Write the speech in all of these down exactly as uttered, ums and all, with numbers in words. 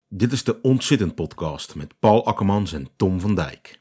Dit is de Ontzittend podcast met Paul Akkermans en Tom van Dijk.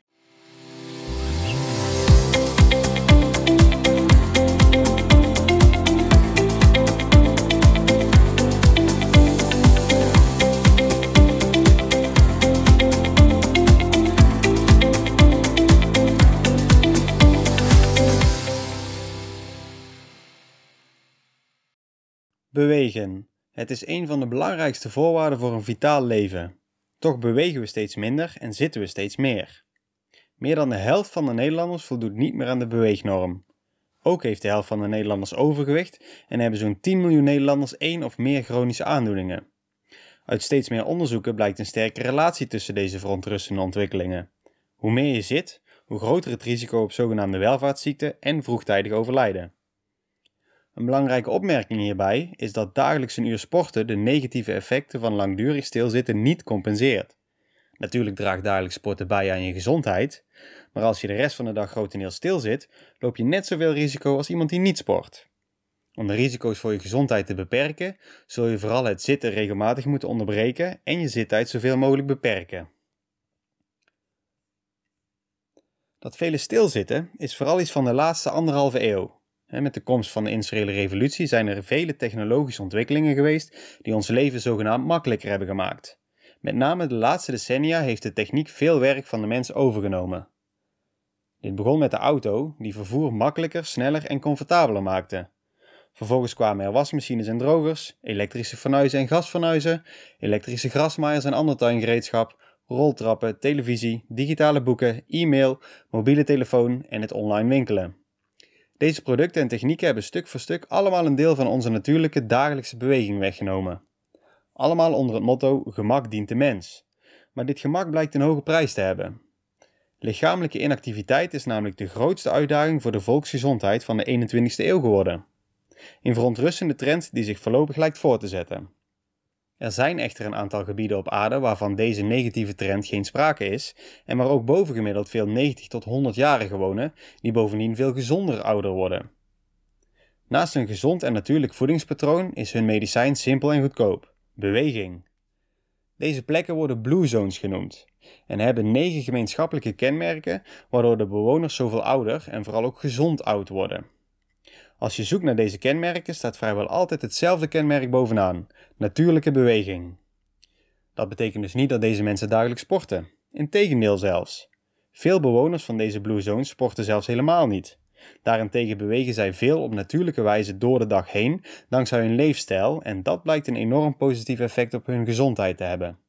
Bewegen. Het is een van de belangrijkste voorwaarden voor een vitaal leven. Toch bewegen we steeds minder en zitten we steeds meer. Meer dan de helft van de Nederlanders voldoet niet meer aan de beweegnorm. Ook heeft de helft van de Nederlanders overgewicht en hebben zo'n tien miljoen Nederlanders één of meer chronische aandoeningen. Uit steeds meer onderzoeken blijkt een sterke relatie tussen deze verontrustende ontwikkelingen. Hoe meer je zit, hoe groter het risico op zogenaamde welvaartsziekten en vroegtijdig overlijden. Een belangrijke opmerking hierbij is dat dagelijks een uur sporten de negatieve effecten van langdurig stilzitten niet compenseert. Natuurlijk draagt dagelijks sporten bij aan je gezondheid, maar als je de rest van de dag grotendeels stilzit, loop je net zoveel risico als iemand die niet sport. Om de risico's voor je gezondheid te beperken, zul je vooral het zitten regelmatig moeten onderbreken en je zittijd zoveel mogelijk beperken. Dat vele stilzitten is vooral iets van de laatste anderhalve eeuw. Met de komst van de industriële revolutie zijn er vele technologische ontwikkelingen geweest die ons leven zogenaamd makkelijker hebben gemaakt. Met name de laatste decennia heeft de techniek veel werk van de mens overgenomen. Dit begon met de auto, die vervoer makkelijker, sneller en comfortabeler maakte. Vervolgens kwamen er wasmachines en drogers, elektrische fornuizen en gasfornuizen, elektrische grasmaaiers en ander tuingereedschap, roltrappen, televisie, digitale boeken, e-mail, mobiele telefoon en het online winkelen. Deze producten en technieken hebben stuk voor stuk allemaal een deel van onze natuurlijke dagelijkse beweging weggenomen. Allemaal onder het motto gemak dient de mens. Maar dit gemak blijkt een hoge prijs te hebben. Lichamelijke inactiviteit is namelijk de grootste uitdaging voor de volksgezondheid van de eenentwintigste eeuw geworden. Een verontrustende trend die zich voorlopig lijkt voor te zetten. Er zijn echter een aantal gebieden op aarde waarvan deze negatieve trend geen sprake is en waar ook bovengemiddeld veel negentig tot honderdjarigen wonen die bovendien veel gezonder ouder worden. Naast een gezond en natuurlijk voedingspatroon is hun medicijn simpel en goedkoop: beweging. Deze plekken worden Blue Zones genoemd en hebben negen gemeenschappelijke kenmerken waardoor de bewoners zoveel ouder en vooral ook gezond oud worden. Als je zoekt naar deze kenmerken staat vrijwel altijd hetzelfde kenmerk bovenaan: natuurlijke beweging. Dat betekent dus niet dat deze mensen dagelijks sporten. Integendeel zelfs. Veel bewoners van deze Blue Zones sporten zelfs helemaal niet. Daarentegen bewegen zij veel op natuurlijke wijze door de dag heen, dankzij hun leefstijl, en dat blijkt een enorm positief effect op hun gezondheid te hebben.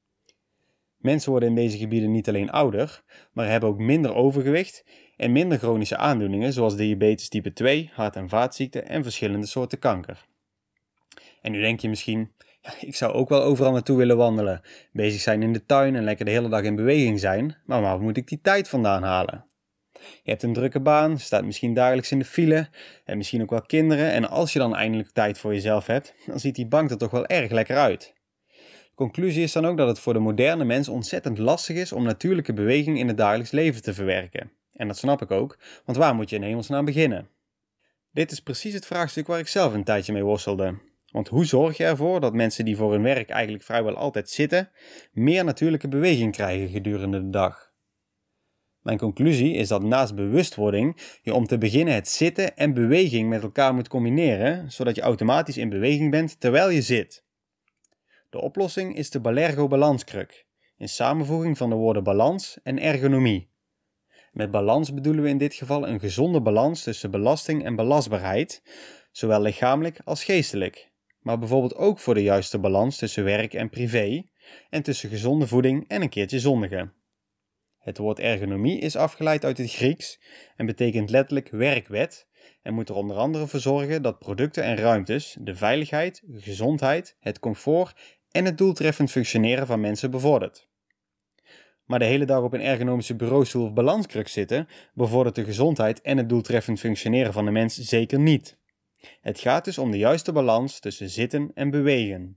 Mensen worden in deze gebieden niet alleen ouder, maar hebben ook minder overgewicht en minder chronische aandoeningen zoals diabetes type twee, hart- en vaatziekten en verschillende soorten kanker. En nu denk je misschien, ja, ik zou ook wel overal naartoe willen wandelen, bezig zijn in de tuin en lekker de hele dag in beweging zijn, maar waar moet ik die tijd vandaan halen? Je hebt een drukke baan, staat misschien dagelijks in de file en misschien ook wel kinderen, en als je dan eindelijk tijd voor jezelf hebt, dan ziet die bank er toch wel erg lekker uit. De conclusie is dan ook dat het voor de moderne mens ontzettend lastig is om natuurlijke beweging in het dagelijks leven te verwerken. En dat snap ik ook, want waar moet je in hemelsnaam beginnen? Dit is precies het vraagstuk waar ik zelf een tijdje mee worstelde. Want hoe zorg je ervoor dat mensen die voor hun werk eigenlijk vrijwel altijd zitten, meer natuurlijke beweging krijgen gedurende de dag? Mijn conclusie is dat naast bewustwording je om te beginnen het zitten en beweging met elkaar moet combineren, zodat je automatisch in beweging bent terwijl je zit. De oplossing is de Balergo-balanskruk, een samenvoeging van de woorden balans en ergonomie. Met balans bedoelen we in dit geval een gezonde balans tussen belasting en belastbaarheid, zowel lichamelijk als geestelijk, maar bijvoorbeeld ook voor de juiste balans tussen werk en privé en tussen gezonde voeding en een keertje zondigen. Het woord ergonomie is afgeleid uit het Grieks en betekent letterlijk werkwet en moet er onder andere voor zorgen dat producten en ruimtes de veiligheid, gezondheid, het comfort en het doeltreffend functioneren van mensen bevordert. Maar de hele dag op een ergonomische bureaustoel of balanskruk zitten bevordert de gezondheid en het doeltreffend functioneren van de mens zeker niet. Het gaat dus om de juiste balans tussen zitten en bewegen.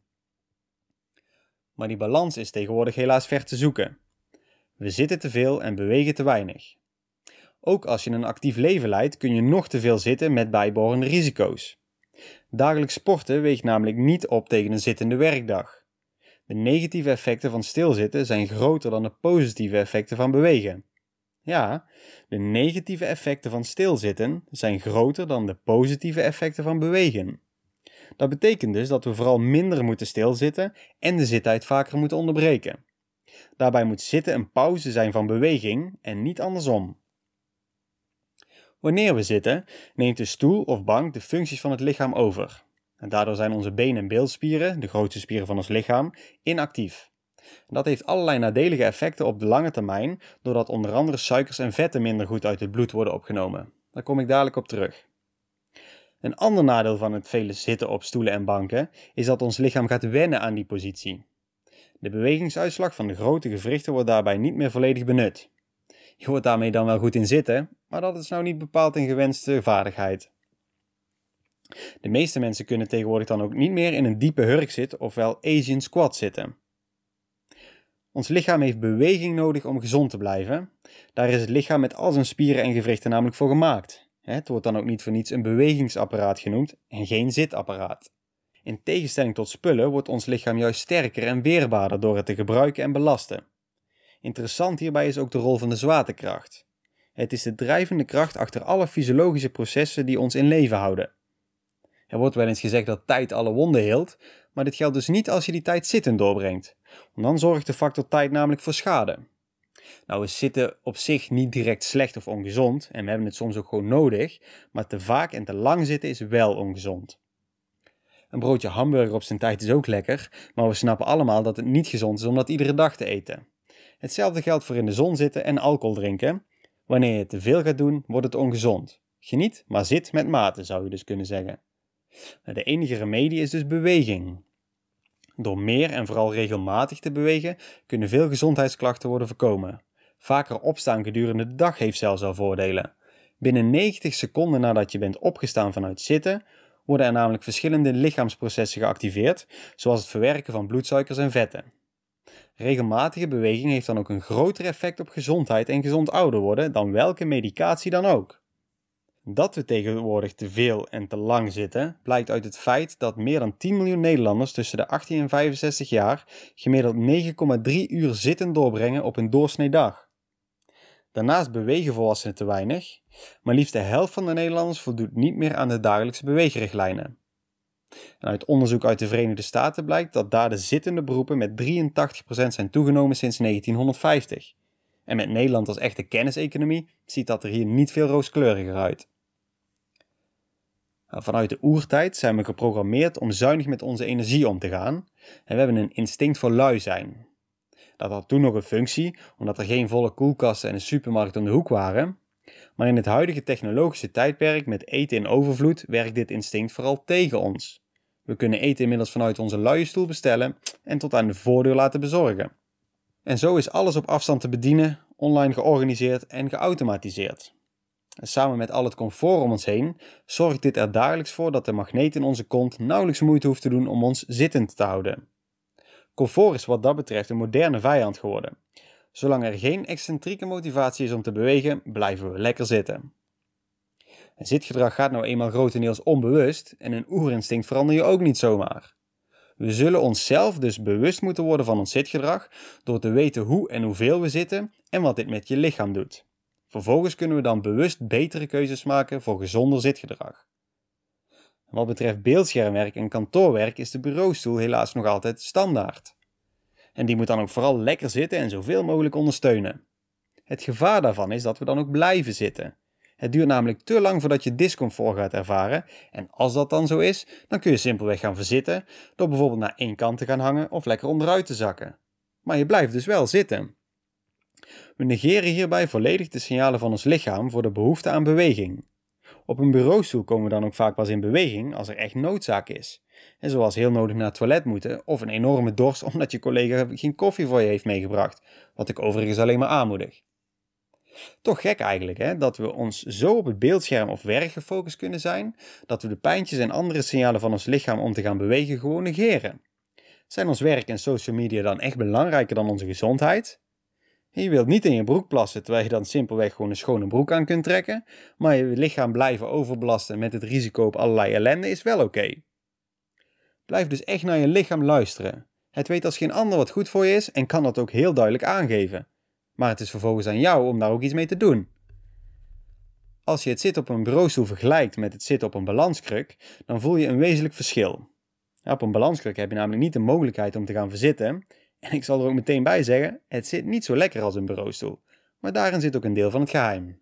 Maar die balans is tegenwoordig helaas ver te zoeken. We zitten te veel en bewegen te weinig. Ook als je een actief leven leidt kun je nog te veel zitten met bijbehorende risico's. Dagelijks sporten weegt namelijk niet op tegen een zittende werkdag. De negatieve effecten van stilzitten zijn groter dan de positieve effecten van bewegen. Ja, de negatieve effecten van stilzitten zijn groter dan de positieve effecten van bewegen. Dat betekent dus dat we vooral minder moeten stilzitten en de zittijd vaker moeten onderbreken. Daarbij moet zitten een pauze zijn van beweging en niet andersom. Wanneer we zitten, neemt de stoel of bank de functies van het lichaam over. En daardoor zijn onze been- en bilspieren, de grootste spieren van ons lichaam, inactief. Dat heeft allerlei nadelige effecten op de lange termijn, doordat onder andere suikers en vetten minder goed uit het bloed worden opgenomen. Daar kom ik dadelijk op terug. Een ander nadeel van het vele zitten op stoelen en banken is dat ons lichaam gaat wennen aan die positie. De bewegingsuitslag van de grote gewrichten wordt daarbij niet meer volledig benut. Je wordt daarmee dan wel goed in zitten, maar dat is nou niet bepaald een gewenste vaardigheid. De meeste mensen kunnen tegenwoordig dan ook niet meer in een diepe hurkzit, ofwel Asian squat zitten. Ons lichaam heeft beweging nodig om gezond te blijven. Daar is het lichaam met al zijn spieren en gewrichten namelijk voor gemaakt. Het wordt dan ook niet voor niets een bewegingsapparaat genoemd en geen zitapparaat. In tegenstelling tot spullen wordt ons lichaam juist sterker en weerbaarder door het te gebruiken en belasten. Interessant hierbij is ook de rol van de zwaartekracht. Het is de drijvende kracht achter alle fysiologische processen die ons in leven houden. Er wordt wel eens gezegd dat tijd alle wonden heelt, maar dit geldt dus niet als je die tijd zittend doorbrengt. Want dan zorgt de factor tijd namelijk voor schade. Nou is zitten op zich niet direct slecht of ongezond en we hebben het soms ook gewoon nodig, maar te vaak en te lang zitten is wel ongezond. Een broodje hamburger op zijn tijd is ook lekker, maar we snappen allemaal dat het niet gezond is om dat iedere dag te eten. Hetzelfde geldt voor in de zon zitten en alcohol drinken. Wanneer je te veel gaat doen, wordt het ongezond. Geniet, maar zit met mate, zou je dus kunnen zeggen. De enige remedie is dus beweging. Door meer en vooral regelmatig te bewegen kunnen veel gezondheidsklachten worden voorkomen. Vaker opstaan gedurende de dag heeft zelfs al voordelen. Binnen negentig seconden nadat je bent opgestaan vanuit zitten, worden er namelijk verschillende lichaamsprocessen geactiveerd, zoals het verwerken van bloedsuikers en vetten. Regelmatige beweging heeft dan ook een groter effect op gezondheid en gezond ouder worden dan welke medicatie dan ook. Dat we tegenwoordig te veel en te lang zitten, blijkt uit het feit dat meer dan tien miljoen Nederlanders tussen de achttien en vijfenzestig jaar gemiddeld negen komma drie uur zitten doorbrengen op een doorsnee dag. Daarnaast bewegen volwassenen te weinig, maar liefst de helft van de Nederlanders voldoet niet meer aan de dagelijkse beweegrichtlijnen. En uit onderzoek uit de Verenigde Staten blijkt dat daar de zittende beroepen met drieëntachtig procent zijn toegenomen sinds negentienhonderdvijftig. En met Nederland als echte kenniseconomie ziet dat er hier niet veel rooskleuriger uit. Vanuit de oertijd zijn we geprogrammeerd om zuinig met onze energie om te gaan en we hebben een instinct voor lui zijn. Dat had toen nog een functie, omdat er geen volle koelkasten en een supermarkt om de hoek waren, maar in het huidige technologische tijdperk met eten in overvloed werkt dit instinct vooral tegen ons. We kunnen eten inmiddels vanuit onze luie stoel bestellen en tot aan de voordeur laten bezorgen. En zo is alles op afstand te bedienen, online georganiseerd en geautomatiseerd. En samen met al het comfort om ons heen zorgt dit er dagelijks voor dat de magneet in onze kont nauwelijks moeite hoeft te doen om ons zittend te houden. Comfort is wat dat betreft een moderne vijand geworden. Zolang er geen excentrieke motivatie is om te bewegen, blijven we lekker zitten. En zitgedrag gaat nou eenmaal grotendeels onbewust en een oerinstinct verander je ook niet zomaar. We zullen onszelf dus bewust moeten worden van ons zitgedrag door te weten hoe en hoeveel we zitten en wat dit met je lichaam doet. Vervolgens kunnen we dan bewust betere keuzes maken voor gezonder zitgedrag. Wat betreft beeldschermwerk en kantoorwerk is de bureaustoel helaas nog altijd standaard. En die moet dan ook vooral lekker zitten en zoveel mogelijk ondersteunen. Het gevaar daarvan is dat we dan ook blijven zitten. Het duurt namelijk te lang voordat je discomfort gaat ervaren en als dat dan zo is, dan kun je simpelweg gaan verzitten door bijvoorbeeld naar één kant te gaan hangen of lekker onderuit te zakken. Maar je blijft dus wel zitten. We negeren hierbij volledig de signalen van ons lichaam voor de behoefte aan beweging. Op een bureaustoel komen we dan ook vaak pas in beweging als er echt noodzaak is. En zoals heel nodig naar het toilet moeten of een enorme dorst omdat je collega geen koffie voor je heeft meegebracht, wat ik overigens alleen maar aanmoedig. Toch gek eigenlijk, hè, dat we ons zo op het beeldscherm of werk gefocust kunnen zijn, dat we de pijntjes en andere signalen van ons lichaam om te gaan bewegen gewoon negeren. Zijn ons werk en social media dan echt belangrijker dan onze gezondheid? Je wilt niet in je broek plassen terwijl je dan simpelweg gewoon een schone broek aan kunt trekken, maar je lichaam blijven overbelasten met het risico op allerlei ellende is wel oké. Blijf dus echt naar je lichaam luisteren. Het weet als geen ander wat goed voor je is en kan dat ook heel duidelijk aangeven. Maar het is vervolgens aan jou om daar ook iets mee te doen. Als je het zitten op een bureaustoel vergelijkt met het zitten op een balanskruk, dan voel je een wezenlijk verschil. Ja, op een balanskruk heb je namelijk niet de mogelijkheid om te gaan verzitten. En ik zal er ook meteen bij zeggen, het zit niet zo lekker als een bureaustoel. Maar daarin zit ook een deel van het geheim.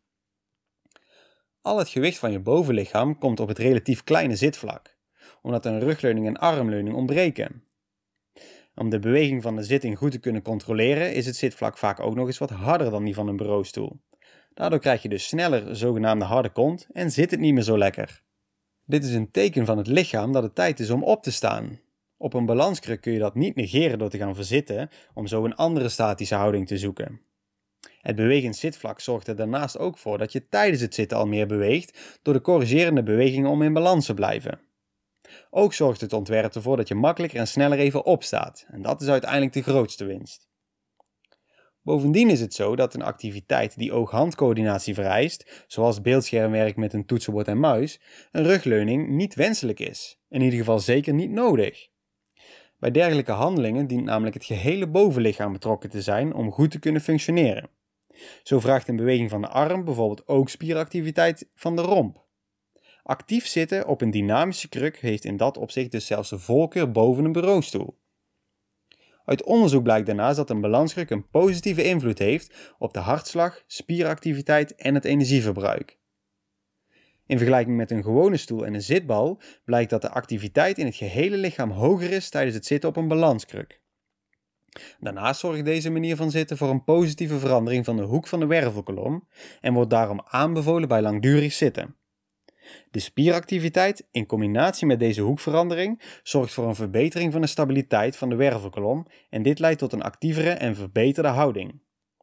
Al het gewicht van je bovenlichaam komt op het relatief kleine zitvlak, omdat een rugleuning en armleuning ontbreken. Om de beweging van de zitting goed te kunnen controleren is het zitvlak vaak ook nog eens wat harder dan die van een bureaustoel. Daardoor krijg je dus sneller zogenaamde harde kont en zit het niet meer zo lekker. Dit is een teken van het lichaam dat het tijd is om op te staan. Op een balanskruk kun je dat niet negeren door te gaan verzitten om zo een andere statische houding te zoeken. Het bewegend zitvlak zorgt er daarnaast ook voor dat je tijdens het zitten al meer beweegt door de corrigerende bewegingen om in balans te blijven. Ook zorgt het ontwerp ervoor dat je makkelijker en sneller even opstaat en dat is uiteindelijk de grootste winst. Bovendien is het zo dat een activiteit die oog-handcoördinatie vereist, zoals beeldschermwerk met een toetsenbord en muis, een rugleuning niet wenselijk is, in ieder geval zeker niet nodig. Bij dergelijke handelingen dient namelijk het gehele bovenlichaam betrokken te zijn om goed te kunnen functioneren. Zo vraagt een beweging van de arm bijvoorbeeld ook spieractiviteit van de romp. Actief zitten op een dynamische kruk heeft in dat opzicht dus zelfs de voorkeur boven een bureaustoel. Uit onderzoek blijkt daarnaast dat een balanskruk een positieve invloed heeft op de hartslag, spieractiviteit en het energieverbruik. In vergelijking met een gewone stoel en een zitbal blijkt dat de activiteit in het gehele lichaam hoger is tijdens het zitten op een balanskruk. Daarnaast zorgt deze manier van zitten voor een positieve verandering van de hoek van de wervelkolom en wordt daarom aanbevolen bij langdurig zitten. De spieractiviteit in combinatie met deze hoekverandering zorgt voor een verbetering van de stabiliteit van de wervelkolom en dit leidt tot een actievere en verbeterde houding.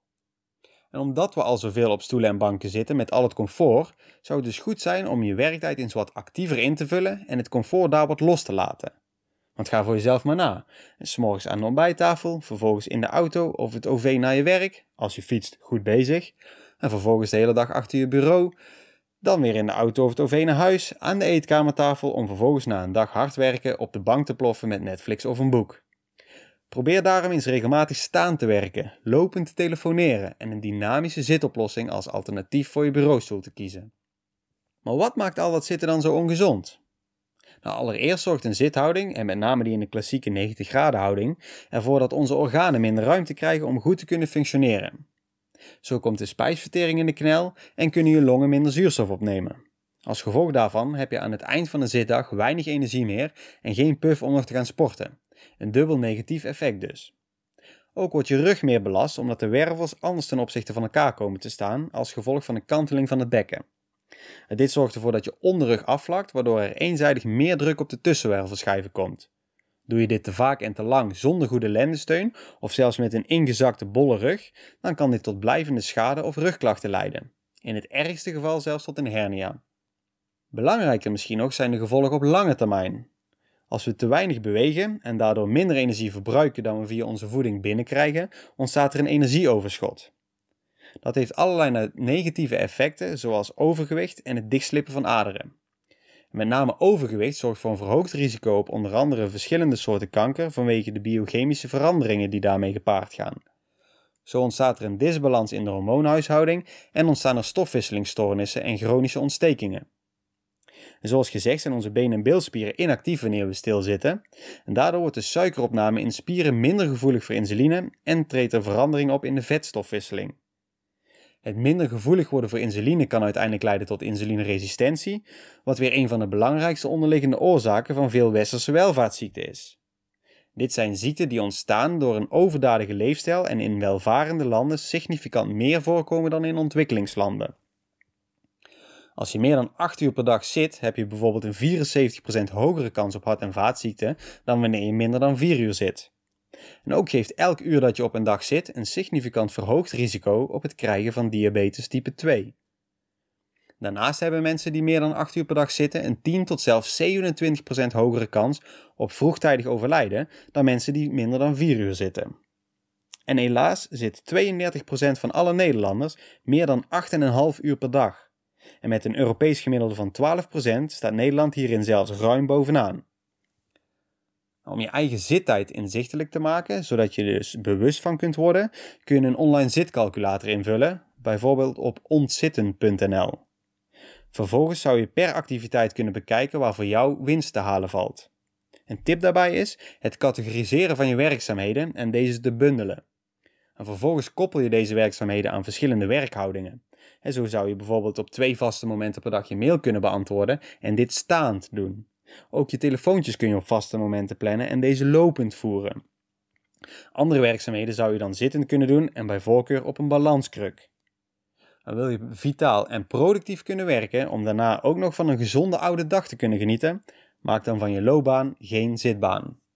En omdat we al zoveel op stoelen en banken zitten met al het comfort, zou het dus goed zijn om je werktijd eens wat actiever in te vullen en het comfort daar wat los te laten. Want ga voor jezelf maar na. 's Morgens aan de ontbijttafel, vervolgens in de auto of het O V naar je werk, als je fietst goed bezig, en vervolgens de hele dag achter je bureau. Dan weer in de auto of het O V naar huis, aan de eetkamertafel om vervolgens na een dag hard werken op de bank te ploffen met Netflix of een boek. Probeer daarom eens regelmatig staan te werken, lopend te telefoneren en een dynamische zitoplossing als alternatief voor je bureaustoel te kiezen. Maar wat maakt al dat zitten dan zo ongezond? Nou, allereerst zorgt een zithouding, en met name die in de klassieke negentig graden houding, ervoor dat onze organen minder ruimte krijgen om goed te kunnen functioneren. Zo komt de spijsvertering in de knel en kunnen je longen minder zuurstof opnemen. Als gevolg daarvan heb je aan het eind van de zitdag weinig energie meer en geen puff om nog te gaan sporten. Een dubbel negatief effect dus. Ook wordt je rug meer belast omdat de wervels anders ten opzichte van elkaar komen te staan als gevolg van de kanteling van het bekken. Dit zorgt ervoor dat je onderrug afvlakt waardoor er eenzijdig meer druk op de tussenwervelschijven komt. Doe je dit te vaak en te lang zonder goede lendensteun of zelfs met een ingezakte bolle rug, dan kan dit tot blijvende schade of rugklachten leiden. In het ergste geval zelfs tot een hernia. Belangrijker misschien nog zijn de gevolgen op lange termijn. Als we te weinig bewegen en daardoor minder energie verbruiken dan we via onze voeding binnenkrijgen, ontstaat er een energieoverschot. Dat heeft allerlei negatieve effecten zoals overgewicht en het dichtslippen van aderen. Met name overgewicht zorgt voor een verhoogd risico op onder andere verschillende soorten kanker vanwege de biochemische veranderingen die daarmee gepaard gaan. Zo ontstaat er een disbalans in de hormoonhuishouding en ontstaan er stofwisselingsstoornissen en chronische ontstekingen. En zoals gezegd zijn onze been- en bilspieren inactief wanneer we stilzitten en daardoor wordt de suikeropname in spieren minder gevoelig voor insuline en treedt er verandering op in de vetstofwisseling. Het minder gevoelig worden voor insuline kan uiteindelijk leiden tot insulineresistentie, wat weer een van de belangrijkste onderliggende oorzaken van veel westerse welvaartsziekten is. Dit zijn ziekten die ontstaan door een overdadige leefstijl en in welvarende landen significant meer voorkomen dan in ontwikkelingslanden. Als je meer dan acht uur per dag zit, heb je bijvoorbeeld een vierenzeventig procent hogere kans op hart- en vaatziekten dan wanneer je minder dan vier uur zit. En ook geeft elk uur dat je op een dag zit een significant verhoogd risico op het krijgen van diabetes type twee. Daarnaast hebben mensen die meer dan acht uur per dag zitten een tien tot zelfs zevenentwintig procent hogere kans op vroegtijdig overlijden dan mensen die minder dan vier uur zitten. En helaas zit tweeëndertig procent van alle Nederlanders meer dan acht komma vijf uur per dag. En met een Europees gemiddelde van twaalf procent staat Nederland hierin zelfs ruim bovenaan. Om je eigen zittijd inzichtelijk te maken, zodat je er dus bewust van kunt worden, kun je een online zitcalculator invullen, bijvoorbeeld op ontzitten punt n l. Vervolgens zou je per activiteit kunnen bekijken waar voor jou winst te halen valt. Een tip daarbij is het categoriseren van je werkzaamheden en deze te bundelen. En vervolgens koppel je deze werkzaamheden aan verschillende werkhoudingen. En zo zou je bijvoorbeeld op twee vaste momenten per dag je mail kunnen beantwoorden en dit staand doen. Ook je telefoontjes kun je op vaste momenten plannen en deze lopend voeren. Andere werkzaamheden zou je dan zittend kunnen doen en bij voorkeur op een balanskruk. Dan wil je vitaal en productief kunnen werken om daarna ook nog van een gezonde oude dag te kunnen genieten, maak dan van je loopbaan geen zitbaan.